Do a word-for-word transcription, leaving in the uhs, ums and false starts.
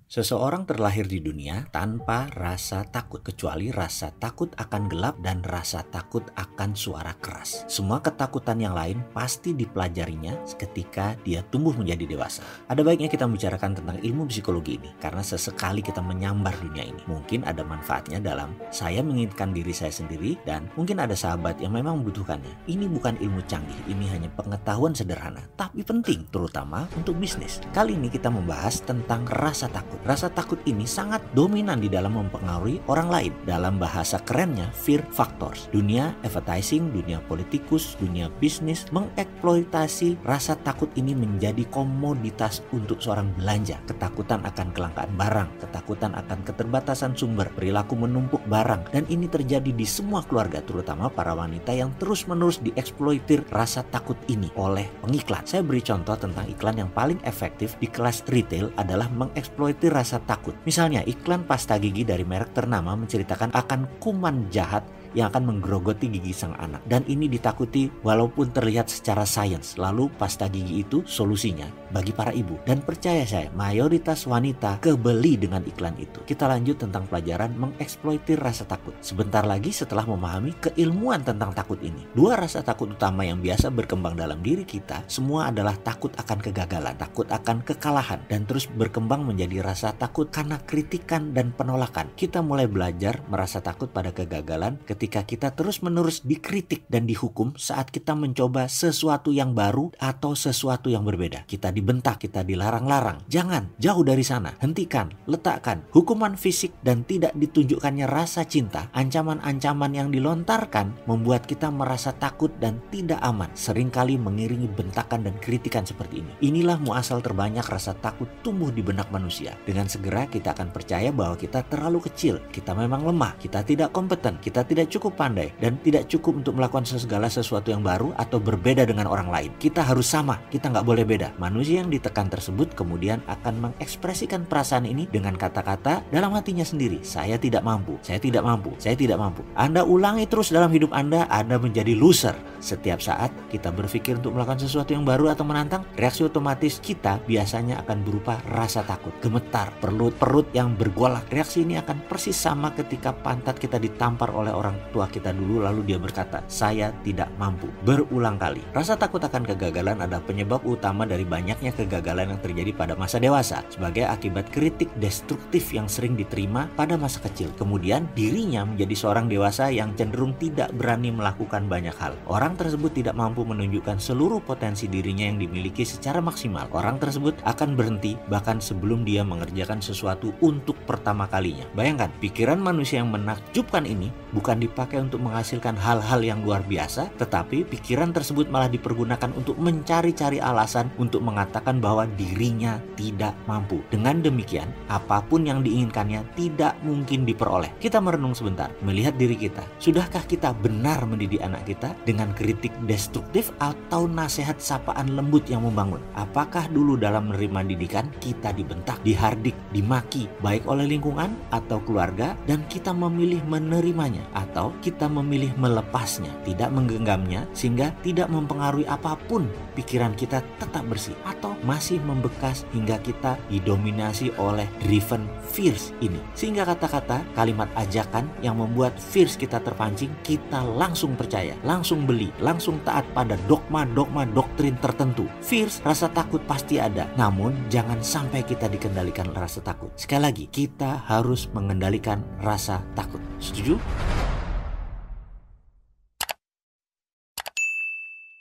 Seseorang terlahir di dunia tanpa rasa takut, kecuali rasa takut akan gelap dan rasa takut akan suara keras. Semua ketakutan yang lain pasti dipelajarinya ketika dia tumbuh menjadi dewasa. Ada baiknya kita membicarakan tentang ilmu psikologi ini, karena sesekali kita menyambar dunia ini. Mungkin ada manfaatnya dalam saya mengingatkan diri saya sendiri, dan mungkin ada sahabat yang memang membutuhkannya. Ini bukan ilmu canggih, ini hanya pengetahuan sederhana, tapi penting, terutama untuk bisnis. Kali ini kita membahas tentang rasa takut. Rasa takut ini sangat dominan di dalam mempengaruhi orang lain. Dalam bahasa kerennya, fear factors. Dunia advertising, dunia politikus, dunia bisnis mengeksploitasi rasa takut ini menjadi komoditas untuk seorang belanja. Ketakutan akan kelangkaan barang, ketakutan akan keterbatasan sumber, perilaku menumpuk barang, dan ini terjadi di semua keluarga, terutama para wanita yang terus-menerus dieksploitir rasa takut ini oleh pengiklan. Saya beri contoh tentang iklan yang paling efektif di kelas retail adalah mengeksploitasi rasa takut. Misalnya iklan pasta gigi dari merek ternama menceritakan akan kuman jahat yang akan menggerogoti gigi sang anak, dan ini ditakuti walaupun terlihat secara sains. Lalu pasta gigi itu solusinya bagi para ibu, dan percaya saya mayoritas wanita kebeli dengan iklan itu. Kita lanjut tentang pelajaran mengeksploitir rasa takut. Sebentar lagi setelah memahami keilmuan tentang takut ini, dua rasa takut utama yang biasa berkembang dalam diri kita semua adalah takut akan kegagalan, takut akan kekalahan, dan terus berkembang menjadi rasa takut karena kritikan dan penolakan. Kita mulai belajar merasa takut pada kegagalan ketika kita terus-menerus dikritik dan dihukum saat kita mencoba sesuatu yang baru atau sesuatu yang berbeda. Kita dibentak, kita dilarang-larang. Jangan, jauh dari sana. Hentikan, letakkan. Hukuman fisik dan tidak ditunjukkannya rasa cinta, ancaman-ancaman yang dilontarkan membuat kita merasa takut dan tidak aman. Seringkali mengiringi bentakan dan kritikan seperti ini. Inilah muasal terbanyak rasa takut tumbuh di benak manusia. Dengan segera kita akan percaya bahwa kita terlalu kecil, kita memang lemah, kita tidak kompeten, kita tidak cukup pandai, dan tidak cukup untuk melakukan segala sesuatu yang baru atau berbeda dengan orang lain. Kita harus sama, kita nggak boleh beda. Manusia yang ditekan tersebut kemudian akan mengekspresikan perasaan ini dengan kata-kata dalam hatinya sendiri. Saya tidak mampu, saya tidak mampu, saya tidak mampu. Anda ulangi terus dalam hidup Anda, Anda menjadi loser. Setiap saat kita berpikir untuk melakukan sesuatu yang baru atau menantang, reaksi otomatis kita biasanya akan berupa rasa takut, gemetar, perut-perut yang bergolak. Reaksi ini akan persis sama ketika pantat kita ditampar oleh orang tua kita dulu, lalu dia berkata, saya tidak mampu, berulang kali. Rasa takut akan kegagalan adalah penyebab utama dari banyaknya kegagalan yang terjadi pada masa dewasa, sebagai akibat kritik destruktif yang sering diterima pada masa kecil. Kemudian dirinya menjadi seorang dewasa yang cenderung tidak berani melakukan banyak hal. Orang tersebut tidak mampu menunjukkan seluruh potensi dirinya yang dimiliki secara maksimal. Orang tersebut akan berhenti bahkan sebelum dia mengerjakan sesuatu untuk pertama kalinya. Bayangkan, pikiran manusia yang menakjubkan ini bukan dipakai untuk menghasilkan hal-hal yang luar biasa, tetapi pikiran tersebut malah dipergunakan untuk mencari-cari alasan untuk mengatakan bahwa dirinya tidak mampu. Dengan demikian, apapun yang diinginkannya tidak mungkin diperoleh. Kita merenung sebentar, melihat diri kita. Sudahkah kita benar mendidik anak kita dengan kritik destruktif atau nasihat sapaan lembut yang membangun? Apakah dulu dalam menerima didikan kita dibentak, dihardik, dimaki, baik oleh lingkungan atau keluarga, dan kita memilih menerimanya, atau kita memilih melepasnya, tidak menggenggamnya sehingga tidak mempengaruhi apapun, pikiran kita tetap bersih, atau masih membekas hingga kita didominasi oleh driven fears ini, sehingga kata-kata, kalimat ajakan yang membuat fears kita terpancing, kita langsung percaya, langsung beli, langsung taat pada dogma-dogma doktrin tertentu. Fears, rasa takut pasti ada, namun jangan sampai kita dikendalikan rasa takut. Sekali lagi, kita harus mengendalikan rasa takut. Setuju?